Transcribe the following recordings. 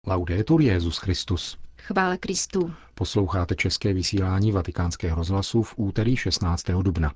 Laudetur Jesus Christus. Chvála Kristu. Posloucháte české vysílání Vatikánského rozhlasu v úterý 16. dubna.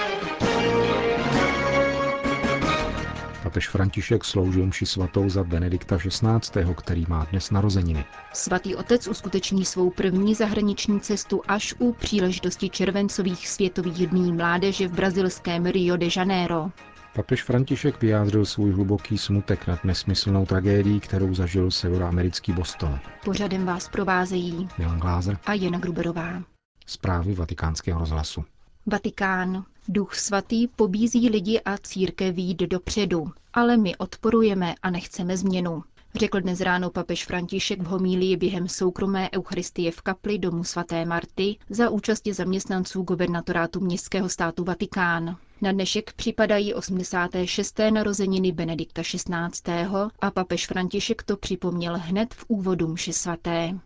Papež František sloužil mši svatou za Benedikta XVI., který má dnes narozeniny. Svatý otec uskuteční svou první zahraniční cestu až u příležitosti červencových světových dní mládeže v brazilském Rio de Janeiro. Papež František vyjádřil svůj hluboký smutek nad nesmyslnou tragédií, kterou zažil severoamerický Boston. Pořadem vás provázejí Milan Glázer a Jana Gruberová. Zprávy Vatikánského rozhlasu. Vatikán. Duch svatý pobízí lidi a církev jít dopředu, ale my odporujeme a nechceme změnu, řekl dnes ráno papež František v homílii během soukromé eucharistie v kapli domu svaté Marty za účasti zaměstnanců guvernatorátu městského státu Vatikán. Na dnešek připadají 86. narozeniny Benedikta XVI. A papež František to připomněl hned v úvodu mše svaté.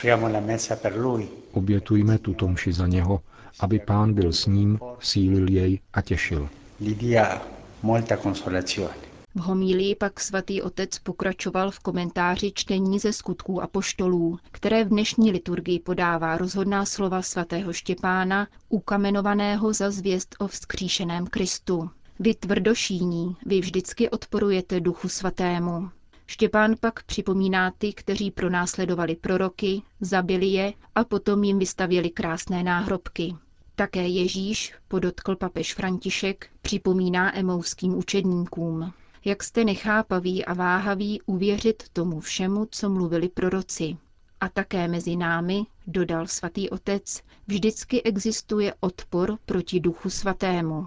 Obětujme tuto mši za něho, aby Pán byl s ním, sílil jej a těšil. V homílii pak svatý otec pokračoval v komentáři čtení ze Skutků apoštolů, které v dnešní liturgii podává rozhodná slova svatého Štěpána, ukamenovaného za zvěst o vzkříšeném Kristu. Vy tvrdošíní, vy vždycky odporujete Duchu svatému. Štěpán pak připomíná ty, kteří pronásledovali proroky, zabili je a potom jim vystavěli krásné náhrobky. Také Ježíš, podotkl papež František, připomíná emouským učedníkům. Jak jste nechápaví a váhaví uvěřit tomu všemu, co mluvili proroci. A také mezi námi, dodal svatý otec, vždycky existuje odpor proti Duchu svatému.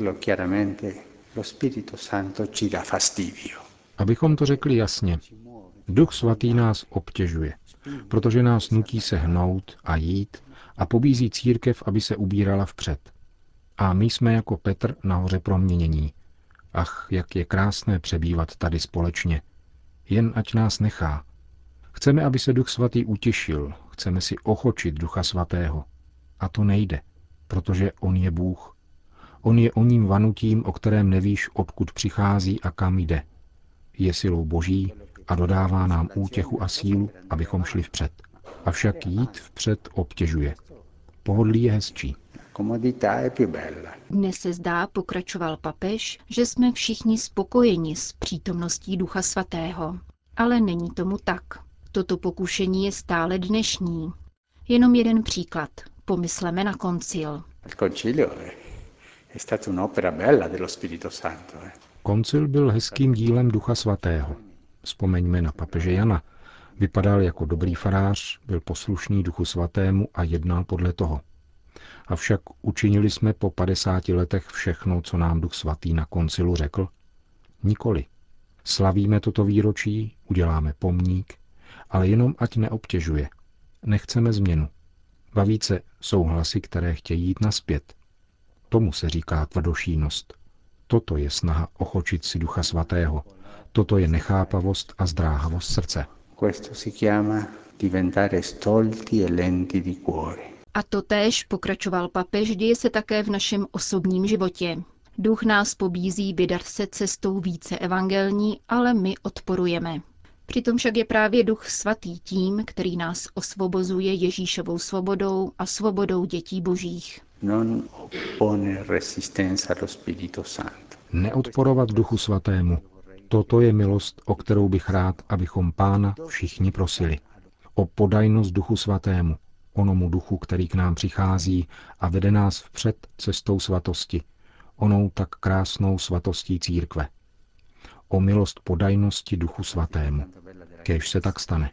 Abychom to řekli jasně, Duch svatý nás obtěžuje, protože nás nutí se hnout a jít a pobízí církev, aby se ubírala vpřed. A my jsme jako Petr nahoře proměnění. Ach, jak je krásné přebývat tady společně. Jen ať nás nechá. Chceme, aby se Duch svatý utěšil, chceme si ochočit Ducha svatého. A to nejde, protože on je Bůh. On je oním vanutím, o kterém nevíš, odkud přichází a kam jde. Je silou Boží a dodává nám útěchu a sílu, abychom šli vpřed. Avšak jít vpřed obtěžuje. Pohodlí je hezčí. Dnes se zdá, pokračoval papež, že jsme všichni spokojeni s přítomností Ducha svatého. Ale není tomu tak. Toto pokušení je stále dnešní. Jenom jeden příklad. Pomysleme na koncil. Koncil byl hezkým dílem Ducha svatého. Vzpomeňme na papeže Jana. Vypadal jako dobrý farář, byl poslušný Duchu svatému a jednal podle toho. Avšak učinili jsme po 50 letech všechno, co nám Duch svatý na koncilu řekl? Nikoli. Slavíme toto výročí, uděláme pomník, ale jenom ať neobtěžuje. Nechceme změnu. Ba více jsou hlasy, které chtějí jít nazpět. Tomu se říká tvrdošíjnost. Toto je snaha ochočit si Ducha svatého. Toto je nechápavost a zdráhavost srdce. A totéž, pokračoval papež, děje se také v našem osobním životě. Duch nás pobízí vydat se cestou více evangelní, ale my odporujeme. Přitom však je právě Duch svatý tím, který nás osvobozuje Ježíšovou svobodou a svobodou dětí božích. Neodporovat Duchu svatému. Toto je milost, o kterou bych rád, abychom Pána všichni prosili. O podajnost Duchu svatému, onomu duchu, který k nám přichází a vede nás vpřed cestou svatosti, onou tak krásnou svatostí církve. O milost podajnosti Duchu svatému. Kéž se tak stane.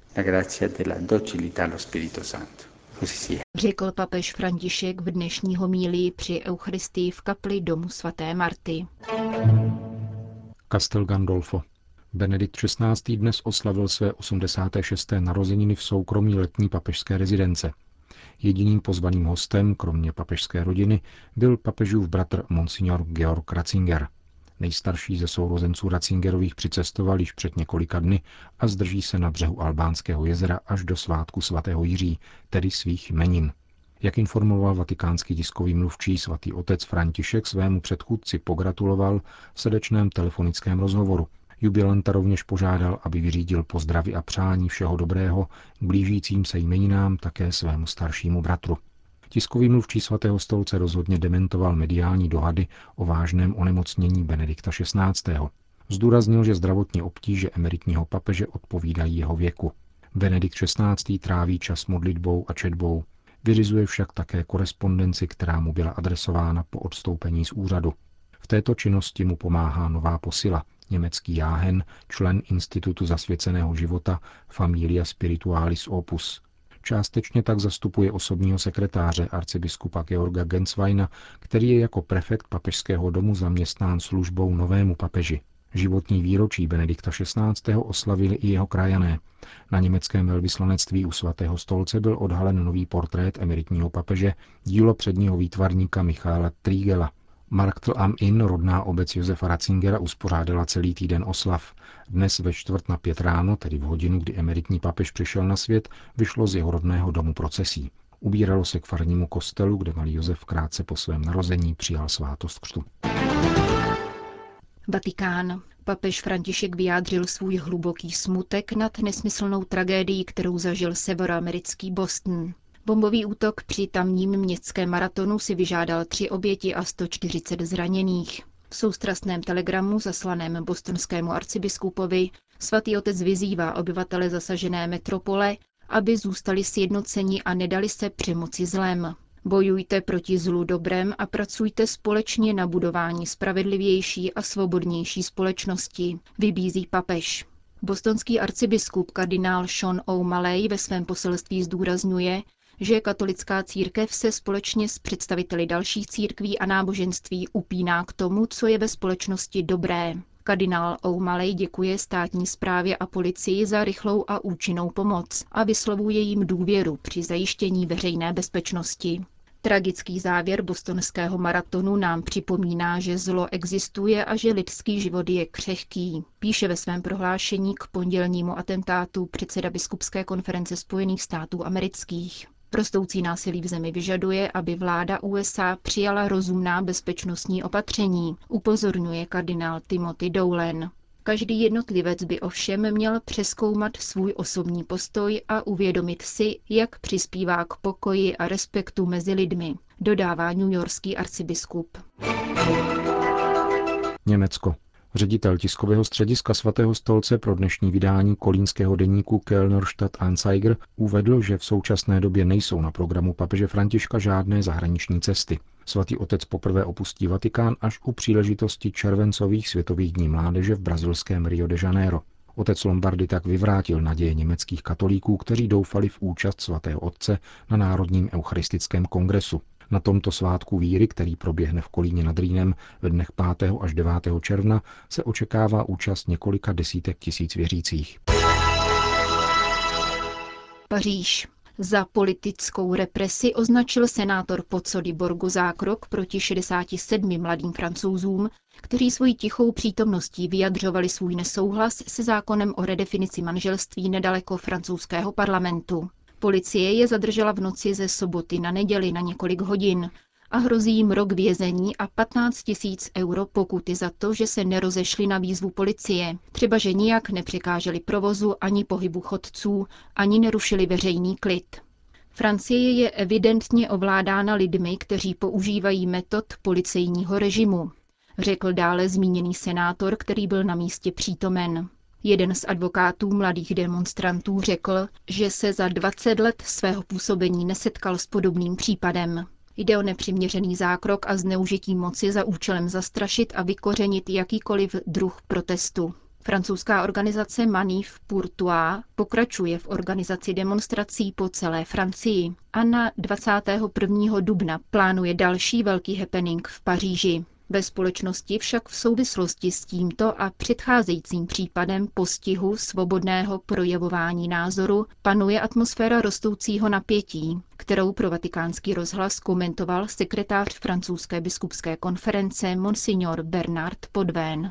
Řekl papež František v dnešní homílii při eucharistii v kapli domu svaté Marty. Castel Gandolfo. Benedikt XVI. Dnes oslavil své 86. narozeniny v soukromí letní papežské rezidence. Jediným pozvaným hostem, kromě papežské rodiny, byl papežův bratr monsignor Georg Ratzinger. Nejstarší ze sourozenců Ratzingerových přicestoval již před několika dny a zdrží se na břehu Albánského jezera až do svátku svatého Jiří, tedy svých jmenin. Jak informoval vatikánský tiskový mluvčí, svatý otec František svému předchůdci pogratuloval v srdečném telefonickém rozhovoru. Jubilanta rovněž požádal, aby vyřídil pozdravy a přání všeho dobrého k blížícím se jmeninám také svému staršímu bratru. Tiskový mluvčí Svatého stolce rozhodně dementoval mediální dohady o vážném onemocnění Benedikta XVI. Zdůraznil, že zdravotní obtíže emeritního papeže odpovídají jeho věku. Benedikt XVI. Tráví čas modlitbou a četbou. Vyřizuje však také korespondenci, která mu byla adresována po odstoupení z úřadu. V této činnosti mu pomáhá nová posila, německý jáhen, člen Institutu zasvěceného života Familia Spiritualis Opus. Částečně tak zastupuje osobního sekretáře arcibiskupa Georga Gensweina, který je jako prefekt papežského domu zaměstnán službou novému papeži. Životní výročí Benedikta XVI. Oslavili i jeho krajané. Na německém velvyslanectví u Svatého stolce byl odhalen nový portrét emeritního papeže, dílo předního výtvarníka Michaela Triegela. Marktl am Inn, rodná obec Josefa Ratzingera, uspořádala celý týden oslav. Dnes ve 4:45 ráno, tedy v hodinu, kdy emeritní papež přišel na svět, vyšlo z jeho rodného domu procesí. Ubíralo se k farnímu kostelu, kde malý Josef krátce po svém narození přijal svátost křtu. Vatikán. Papež František vyjádřil svůj hluboký smutek nad nesmyslnou tragédií, kterou zažil severoamerický Boston. Bombový útok při tamním městském maratonu si vyžádal 3 oběti a 140 zraněných. V soustrastném telegramu zaslaném bostonskému arcibiskupovi svatý otec vyzývá obyvatele zasažené metropole, aby zůstali sjednoceni a nedali se přemoci zlem. Bojujte proti zlu dobrem a pracujte společně na budování spravedlivější a svobodnější společnosti, vybízí papež. Bostonský arcibiskup kardinál Sean O'Malley ve svém poselství zdůrazňuje, že katolická církev se společně s představiteli dalších církví a náboženství upíná k tomu, co je ve společnosti dobré. Kardinál O'Malley děkuje státní správě a policii za rychlou a účinnou pomoc a vyslovuje jim důvěru při zajištění veřejné bezpečnosti. Tragický závěr bostonského maratonu nám připomíná, že zlo existuje a že lidský život je křehký, píše ve svém prohlášení k pondělnímu atentátu předseda Biskupské konference Spojených států amerických. Rostoucí násilí v zemi vyžaduje, aby vláda USA přijala rozumná bezpečnostní opatření, upozorňuje kardinál Timothy Dolan. Každý jednotlivec by ovšem měl přezkoumat svůj osobní postoj a uvědomit si, jak přispívá k pokoji a respektu mezi lidmi, dodává newyorský arcibiskup. Německo. Ředitel tiskového střediska Svatého stolce pro dnešní vydání kolínského deníku Kölner Stadt-Anzeiger uvedl, že v současné době nejsou na programu papeže Františka žádné zahraniční cesty. Svatý otec poprvé opustí Vatikán až u příležitosti červencových světových dní mládeže v brazilském Rio de Janeiro. Otec Lombardy tak vyvrátil naděje německých katolíků, kteří doufali v účast svatého otce na Národním eucharistickém kongresu. Na tomto svátku víry, který proběhne v Kolíně nad Rýnem ve dnech 5. až 9. června, se očekává účast několika desítek tisíc věřících. Paříž. Za politickou represi označil senátor Pozzo Borgo zákrok proti 67 mladým Francouzům, kteří svojí tichou přítomností vyjadřovali svůj nesouhlas se zákonem o redefinici manželství nedaleko francouzského parlamentu. Policie je zadržela v noci ze soboty na neděli na několik hodin a hrozí jim rok vězení a 15 000 euro pokuty za to, že se nerozešli na výzvu policie, třeba že nijak nepřekáželi provozu ani pohybu chodců, ani nerušili veřejný klid. Francie je evidentně ovládána lidmi, kteří používají metod policejního režimu, řekl dále zmíněný senátor, který byl na místě přítomen. Jeden z advokátů mladých demonstrantů řekl, že se za 20 let svého působení nesetkal s podobným případem. Jde o nepřiměřený zákrok a zneužití moci za účelem zastrašit a vykořenit jakýkoliv druh protestu. Francouzská organizace Manif pour Toi pokračuje v organizaci demonstrací po celé Francii a na 21. dubna plánuje další velký happening v Paříži. Ve společnosti však v souvislosti s tímto a předcházejícím případem postihu svobodného projevování názoru panuje atmosféra rostoucího napětí, kterou pro Vatikánský rozhlas komentoval sekretář francouzské biskupské konference Monsignor Bernard Podvén.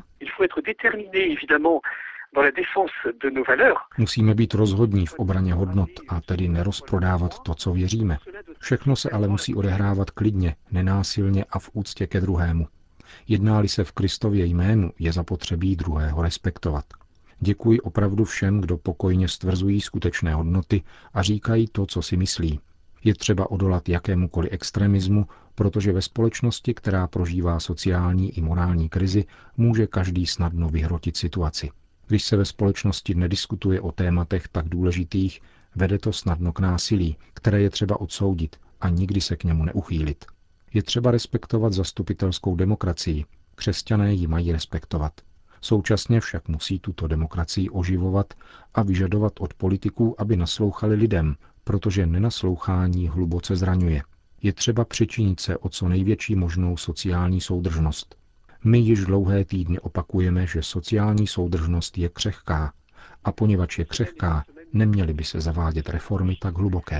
Musíme být rozhodní v obraně hodnot a tedy nerozprodávat to, co věříme. Všechno se ale musí odehrávat klidně, nenásilně a v úctě ke druhému. Jedná-li se v Kristově jménu, je zapotřebí druhého respektovat. Děkuji opravdu všem, kdo pokojně stvrzují skutečné hodnoty a říkají to, co si myslí. Je třeba odolat jakémukoliv extremismu, protože ve společnosti, která prožívá sociální i morální krizi, může každý snadno vyhrotit situaci. Když se ve společnosti nediskutuje o tématech tak důležitých, vede to snadno k násilí, které je třeba odsoudit a nikdy se k němu neuchýlit. Je třeba respektovat zastupitelskou demokracii. Křesťané ji mají respektovat. Současně však musí tuto demokracii oživovat a vyžadovat od politiků, aby naslouchali lidem, protože nenaslouchání hluboce zraňuje. Je třeba přičinit se o co největší možnou sociální soudržnost. My již dlouhé týdny opakujeme, že sociální soudržnost je křehká a poněvadž je křehká, neměly by se zavádět reformy tak hluboké.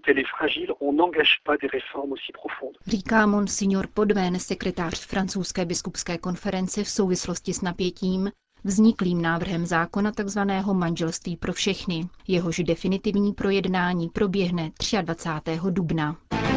Říká monsignor Podven, sekretář francouzské biskupské konference v souvislosti s napětím vzniklým návrhem zákona tzv. Manželství pro všechny. Jehož definitivní projednání proběhne 23. dubna.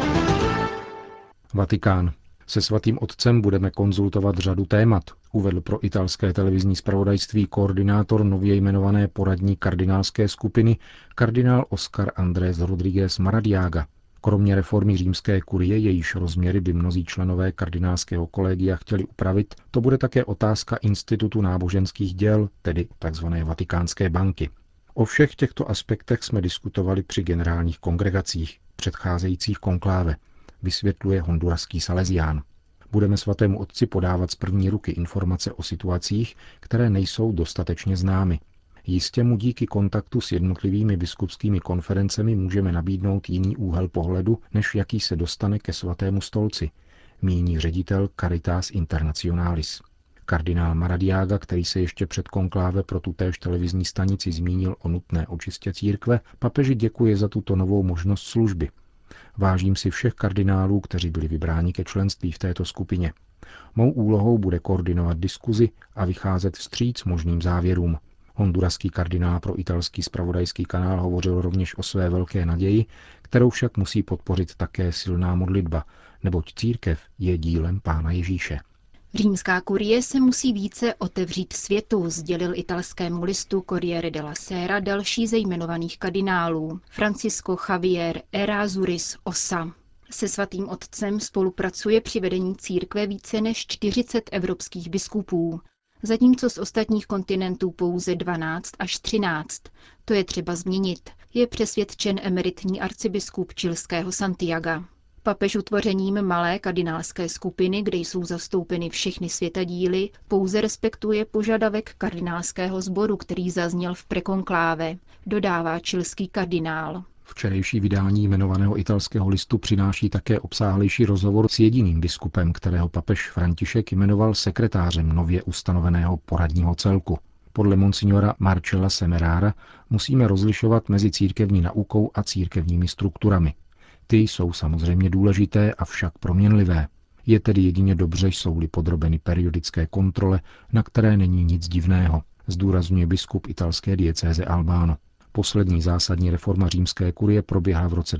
Vatikán. Se svatým otcem budeme konzultovat řadu témat, uvedl pro italské televizní zpravodajství koordinátor nově jmenované poradní kardinálské skupiny kardinál Oscar Andrés Rodríguez Maradiaga. Kromě reformy římské kurie, jejíž rozměry by mnozí členové kardinálského kolegia chtěli upravit, to bude také otázka Institutu náboženských děl, tedy tzv. Vatikánské banky. O všech těchto aspektech jsme diskutovali při generálních kongregacích předcházejících konkláve, vysvětluje honduraský salezián. Budeme svatému otci podávat z první ruky informace o situacích, které nejsou dostatečně známy. Jistě mu díky kontaktu s jednotlivými biskupskými konferencemi můžeme nabídnout jiný úhel pohledu, než jaký se dostane ke svatému stolci, míní ředitel Caritas Internationalis. Kardinál Maradiaga, který se ještě před konkláve pro tutéž televizní stanici zmínil o nutné očistě církve, papeži děkuje za tuto novou možnost služby. Vážím si všech kardinálů, kteří byli vybráni ke členství v této skupině. Mou úlohou bude koordinovat diskuzi a vycházet vstříc možným závěrům. Honduraský kardinál pro italský zpravodajský kanál hovořil rovněž o své velké naději, kterou však musí podpořit také silná modlitba, neboť církev je dílem Pána Ježíše. Římská kurie se musí více otevřít světu, sdělil italskému listu Corriere della Sera další ze jmenovaných kardinálů, Francisco Javier Errázuriz Ossa. Se svatým otcem spolupracuje při vedení církve více než 40 evropských biskupů, zatímco z ostatních kontinentů pouze 12 až 13. To je třeba změnit, je přesvědčen emeritní arcibiskup chilského Santiaga. Papež utvořením malé kardinálské skupiny, kde jsou zastoupeny všechny světadíly, pouze respektuje požadavek kardinálského sboru, který zazněl v prekonkláve, dodává chilský kardinál. Včerejší vydání jmenovaného italského listu přináší také obsáhlejší rozhovor s jediným biskupem, kterého papež František jmenoval sekretářem nově ustanoveného poradního celku. Podle monsignora Marcella Semerara musíme rozlišovat mezi církevní naukou a církevními strukturami. Ty jsou samozřejmě důležité, avšak proměnlivé. Je tedy jedině dobře, jsou-li podrobeny periodické kontrole, na které není nic divného, zdůrazňuje biskup italské diecéze Albano. Poslední zásadní reforma římské kurie proběhla v roce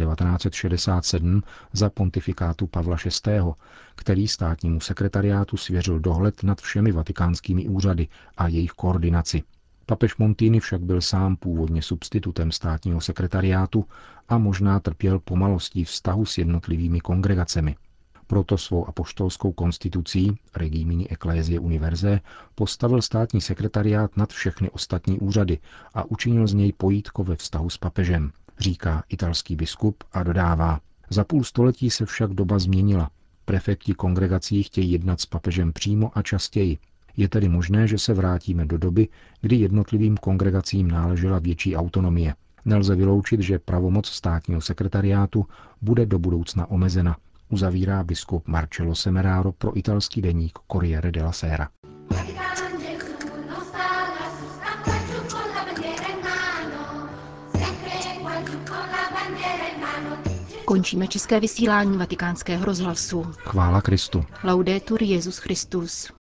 1967 za pontifikátu Pavla VI., který státnímu sekretariátu svěřil dohled nad všemi vatikánskými úřady a jejich koordinaci. Papež Montini však byl sám původně substitutem státního sekretariátu a možná trpěl pomalostí vztahu s jednotlivými kongregacemi. Proto svou apoštolskou konstitucí Regimini Ecclesiae Universae postavil státní sekretariát nad všechny ostatní úřady a učinil z něj pojítko ve vztahu s papežem, říká italský biskup a dodává. Za půl století se však doba změnila. Prefekti kongregací chtějí jednat s papežem přímo a častěji. Je tedy možné, že se vrátíme do doby, kdy jednotlivým kongregacím náležela větší autonomie. Nelze vyloučit, že pravomoc státního sekretariátu bude do budoucna omezena, uzavírá biskup Marcello Semeraro pro italský deník Corriere della Sera. Končíme české vysílání Vatikánského rozhlasu. Chvála Kristu. Laudetur Jesus Christus.